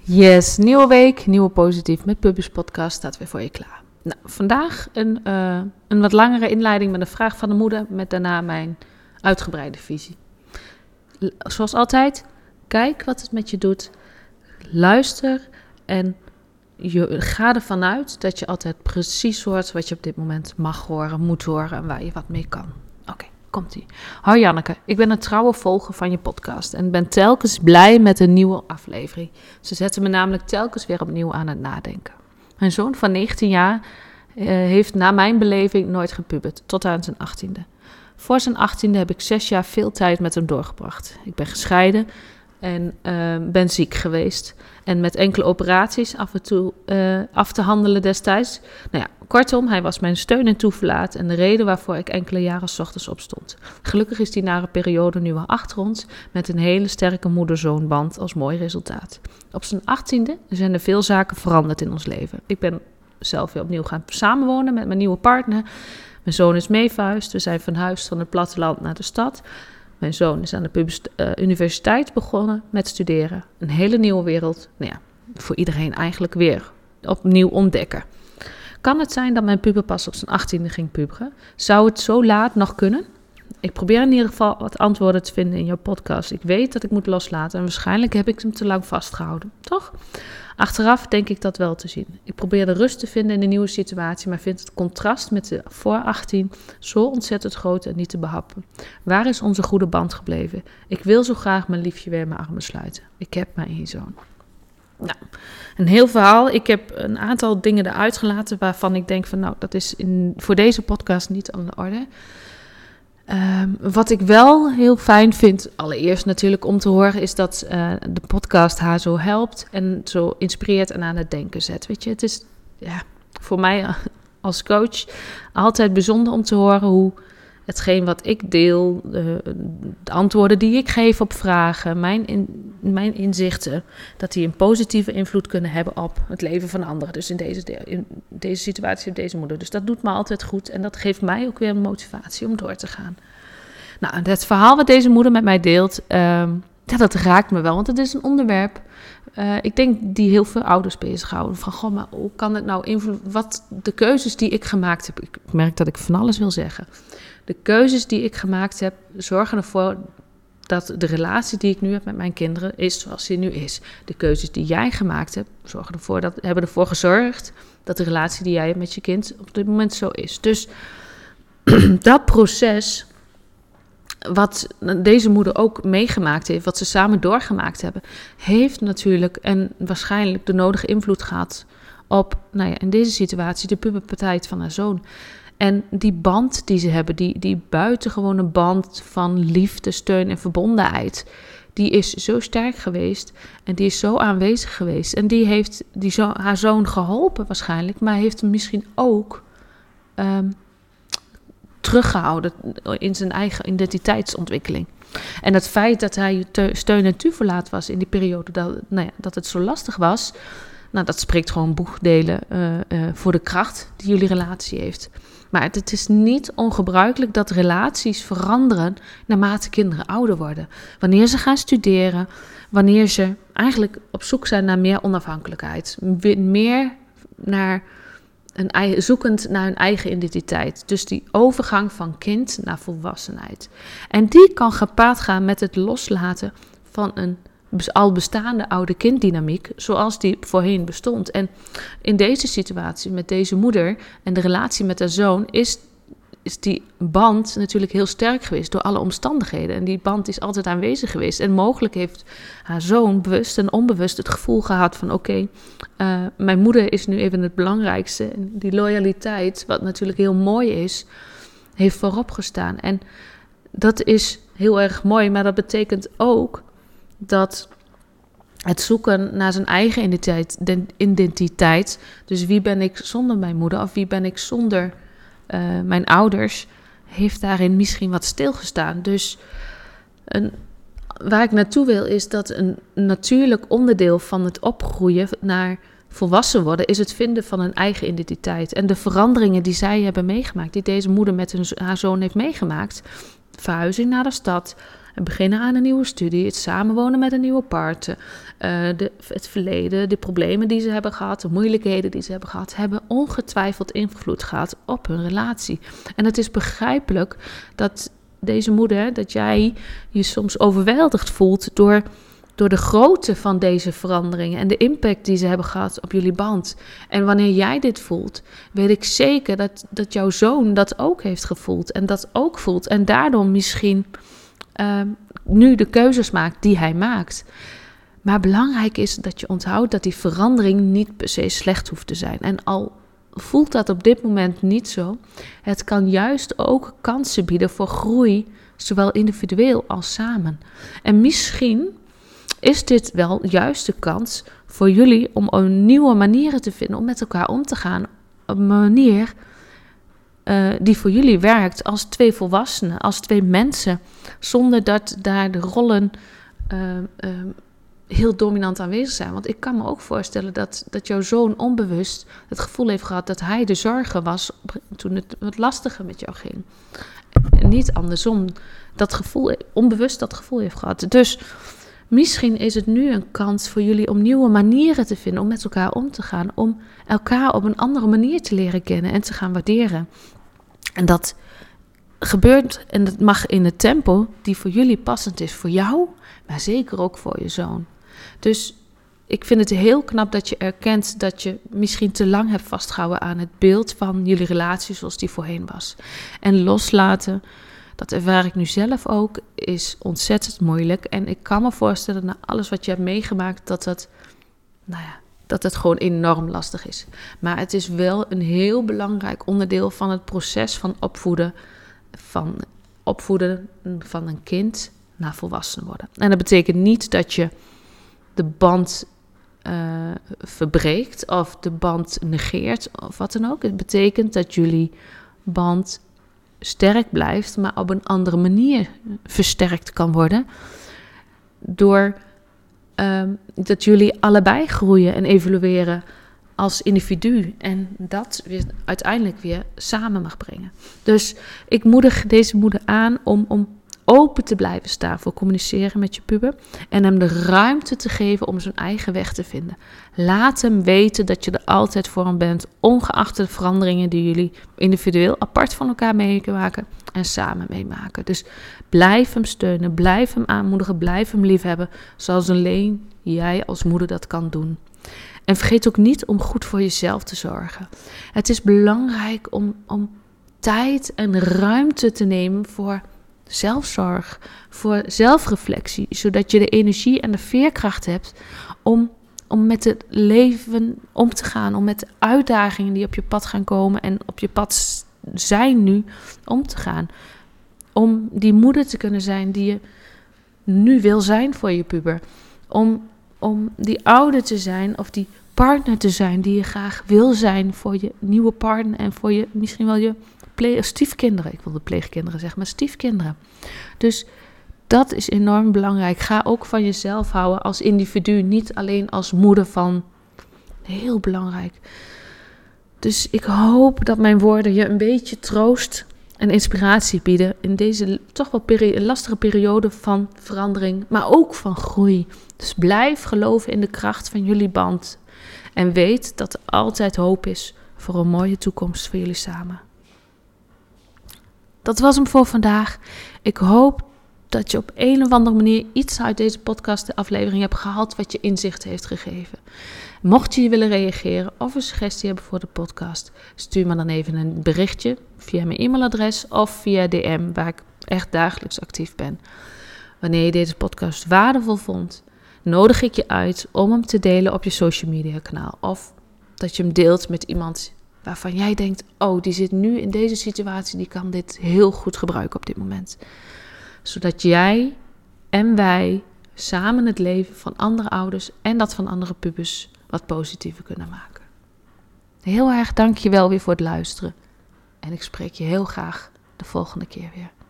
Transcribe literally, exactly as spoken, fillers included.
Yes, nieuwe week, nieuwe Positief met Pubus podcast staat weer voor je klaar. Nou, vandaag een, uh, een wat langere inleiding met een vraag van de moeder met daarna mijn uitgebreide visie. L- zoals altijd, kijk wat het met je doet, luister en je, ga ervan uit dat je altijd precies hoort wat je op dit moment mag horen, moet horen en waar je wat mee kan. Oké. Okay. Komt-ie. Hoi Janneke, ik ben een trouwe volger van je podcast en ben telkens blij met een nieuwe aflevering. Ze zetten me namelijk telkens weer opnieuw aan het nadenken. Mijn zoon van negentien jaar uh, heeft na mijn beleving nooit gepubert, tot aan zijn achttiende. Voor zijn achttiende heb ik zes jaar veel tijd met hem doorgebracht. Ik ben gescheiden en uh, ben ziek geweest. En met enkele operaties af en toe uh, af te handelen destijds. Nou ja, kortom, hij was mijn steun en toeverlaat en de reden waarvoor ik enkele jaren 's ochtends opstond. Gelukkig is die nare periode nu al achter ons met een hele sterke moeder-zoonband als mooi resultaat. Op zijn achttiende zijn er veel zaken veranderd in ons leven. Ik ben zelf weer opnieuw gaan samenwonen met mijn nieuwe partner. Mijn zoon is mee verhuisd. We zijn van huis van het platteland naar de stad. Mijn zoon is aan de pubers, uh, universiteit begonnen met studeren. Een hele nieuwe wereld. Nou ja, voor iedereen eigenlijk weer opnieuw ontdekken. Kan het zijn dat mijn puber pas op zijn achttiende ging puberen? Zou het zo laat nog kunnen? Ik probeer in ieder geval wat antwoorden te vinden in jouw podcast. Ik weet dat ik moet loslaten en waarschijnlijk heb ik hem te lang vastgehouden, toch? Achteraf denk ik dat wel te zien. Ik probeer de rust te vinden in de nieuwe situatie, maar vind het contrast met de voor achttien zo ontzettend groot en niet te behappen. Waar is onze goede band gebleven? Ik wil zo graag mijn liefje weer in mijn armen sluiten. Ik heb maar één zoon. Nou, een heel verhaal. Ik heb een aantal dingen eruit gelaten waarvan ik denk van nou, dat is in, voor deze podcast niet aan de orde. Um, wat ik wel heel fijn vind, allereerst natuurlijk om te horen, is dat uh, de podcast haar zo helpt en zo inspireert en aan het denken zet. Weet je, het is ja, voor mij als coach altijd bijzonder om te horen hoe hetgeen wat ik deel, de, de antwoorden die ik geef op vragen, mijn, in, mijn inzichten, dat die een positieve invloed kunnen hebben op het leven van anderen. Dus in deze, in deze situatie op deze moeder. Dus dat doet me altijd goed en dat geeft mij ook weer een motivatie om door te gaan. Nou, het verhaal wat deze moeder met mij deelt, um, ja, dat raakt me wel, want het is een onderwerp, uh, ik denk die heel veel ouders bezighouden. Van, goh, maar hoe kan het nou invloeden, wat de keuzes die ik gemaakt heb, ik merk dat ik van alles wil zeggen. De keuzes die ik gemaakt heb, zorgen ervoor dat de relatie die ik nu heb met mijn kinderen is zoals die nu is. De keuzes die jij gemaakt hebt, zorgen ervoor dat, hebben ervoor gezorgd dat de relatie die jij hebt met je kind op dit moment zo is. Dus dat proces, wat deze moeder ook meegemaakt heeft, wat ze samen doorgemaakt hebben, heeft natuurlijk en waarschijnlijk de nodige invloed gehad op, nou ja, in deze situatie, de puberteit van haar zoon. En die band die ze hebben, die, die buitengewone band van liefde, steun en verbondenheid, die is zo sterk geweest en die is zo aanwezig geweest. En die heeft die zo, haar zoon geholpen waarschijnlijk, maar heeft hem misschien ook um, teruggehouden in zijn eigen identiteitsontwikkeling. En het feit dat hij te, steun en toeverlaat was in die periode dat, nou ja, dat het zo lastig was, nou, dat spreekt gewoon boegdelen uh, uh, voor de kracht die jullie relatie heeft. Maar het is niet ongebruikelijk dat relaties veranderen naarmate kinderen ouder worden. Wanneer ze gaan studeren, wanneer ze eigenlijk op zoek zijn naar meer onafhankelijkheid. Meer naar een eigen, zoekend naar hun eigen identiteit. Dus die overgang van kind naar volwassenheid. En die kan gepaard gaan met het loslaten van een al bestaande oude kinddynamiek, zoals die voorheen bestond. En in deze situatie met deze moeder en de relatie met haar zoon is, is die band natuurlijk heel sterk geweest door alle omstandigheden. En die band is altijd aanwezig geweest. En mogelijk heeft haar zoon bewust en onbewust het gevoel gehad van oké, okay, uh, mijn moeder is nu even het belangrijkste. En die loyaliteit, wat natuurlijk heel mooi is, heeft voorop gestaan. En dat is heel erg mooi, maar dat betekent ook dat het zoeken naar zijn eigen identiteit, identiteit, dus wie ben ik zonder mijn moeder of wie ben ik zonder uh, mijn ouders, heeft daarin misschien wat stilgestaan. Dus een, waar ik naartoe wil is dat een natuurlijk onderdeel van het opgroeien naar volwassen worden is het vinden van een eigen identiteit. En de veranderingen die zij hebben meegemaakt, die deze moeder met hun, haar zoon heeft meegemaakt, verhuizing naar de stad, het beginnen aan een nieuwe studie, het samenwonen met een nieuwe partner, uh, de, het verleden, de problemen die ze hebben gehad, de moeilijkheden die ze hebben gehad, hebben ongetwijfeld invloed gehad op hun relatie. En het is begrijpelijk dat deze moeder, dat jij je soms overweldigd voelt door, door de grootte van deze veranderingen en de impact die ze hebben gehad op jullie band. En wanneer jij dit voelt, weet ik zeker dat, dat jouw zoon dat ook heeft gevoeld en dat ook voelt. En daardoor misschien uh, nu de keuzes maakt die hij maakt. Maar belangrijk is dat je onthoudt dat die verandering niet per se slecht hoeft te zijn. En al voelt dat op dit moment niet zo, het kan juist ook kansen bieden voor groei, zowel individueel als samen. En misschien is dit wel juist de kans voor jullie om een nieuwe manieren te vinden om met elkaar om te gaan. Een manier uh, die voor jullie werkt als twee volwassenen, als twee mensen, zonder dat daar de rollen uh, uh, heel dominant aanwezig zijn. Want ik kan me ook voorstellen dat, dat jouw zoon onbewust het gevoel heeft gehad dat hij de zorger was toen het wat lastiger met jou ging. En niet andersom, dat gevoel, onbewust dat gevoel heeft gehad. Dus misschien is het nu een kans voor jullie om nieuwe manieren te vinden om met elkaar om te gaan. Om elkaar op een andere manier te leren kennen en te gaan waarderen. En dat gebeurt en dat mag in het tempo die voor jullie passend is voor jou, maar zeker ook voor je zoon. Dus ik vind het heel knap dat je erkent dat je misschien te lang hebt vastgehouden aan het beeld van jullie relatie zoals die voorheen was. En loslaten, dat ervaar ik nu zelf ook, is ontzettend moeilijk. En ik kan me voorstellen, na alles wat je hebt meegemaakt, dat dat, nou ja, dat het gewoon enorm lastig is. Maar het is wel een heel belangrijk onderdeel van het proces van opvoeden, van opvoeden van een kind naar volwassen worden. En dat betekent niet dat je de band uh, verbreekt of de band negeert of wat dan ook. Het betekent dat jullie band sterk blijft, maar op een andere manier versterkt kan worden. Door uh, dat jullie allebei groeien en evolueren als individu. En dat weer uiteindelijk weer samen mag brengen. Dus ik moedig deze moeder aan om, om open te blijven staan voor communiceren met je puber. En hem de ruimte te geven om zijn eigen weg te vinden. Laat hem weten dat je er altijd voor hem bent. Ongeacht de veranderingen die jullie individueel apart van elkaar meemaken en samen meemaken. Dus blijf hem steunen, blijf hem aanmoedigen, blijf hem liefhebben. Zoals alleen jij als moeder dat kan doen. En vergeet ook niet om goed voor jezelf te zorgen. Het is belangrijk om, om tijd en ruimte te nemen voor zelfzorg, voor zelfreflectie, zodat je de energie en de veerkracht hebt om, om met het leven om te gaan, om met de uitdagingen die op je pad gaan komen en op je pad zijn nu, om te gaan. Om die moeder te kunnen zijn die je nu wil zijn voor je puber. Om, om die ouder te zijn of die partner te zijn die je graag wil zijn voor je nieuwe partner en voor je misschien wel je pleeg, stiefkinderen. Ik wilde pleegkinderen zeggen, maar stiefkinderen. Dus dat is enorm belangrijk. Ga ook van jezelf houden als individu, niet alleen als moeder van. Heel belangrijk. Dus ik hoop dat mijn woorden je een beetje troost en inspiratie bieden in deze toch wel peri- lastige periode van verandering, maar ook van groei. Dus blijf geloven in de kracht van jullie band en weet dat er altijd hoop is voor een mooie toekomst voor jullie samen. Dat was hem voor vandaag. Ik hoop dat je op een of andere manier iets uit deze podcast-aflevering hebt gehaald wat je inzicht heeft gegeven. Mocht je willen reageren of een suggestie hebben voor de podcast, stuur me dan even een berichtje via mijn e-mailadres of via D M, waar ik echt dagelijks actief ben. Wanneer je deze podcast waardevol vond, nodig ik je uit om hem te delen op je social media kanaal. Of dat je hem deelt met iemand waarvan jij denkt, oh, die zit nu in deze situatie, die kan dit heel goed gebruiken op dit moment. Zodat jij en wij samen het leven van andere ouders en dat van andere pubers wat positiever kunnen maken. Heel erg dank je wel weer voor het luisteren. En ik spreek je heel graag de volgende keer weer.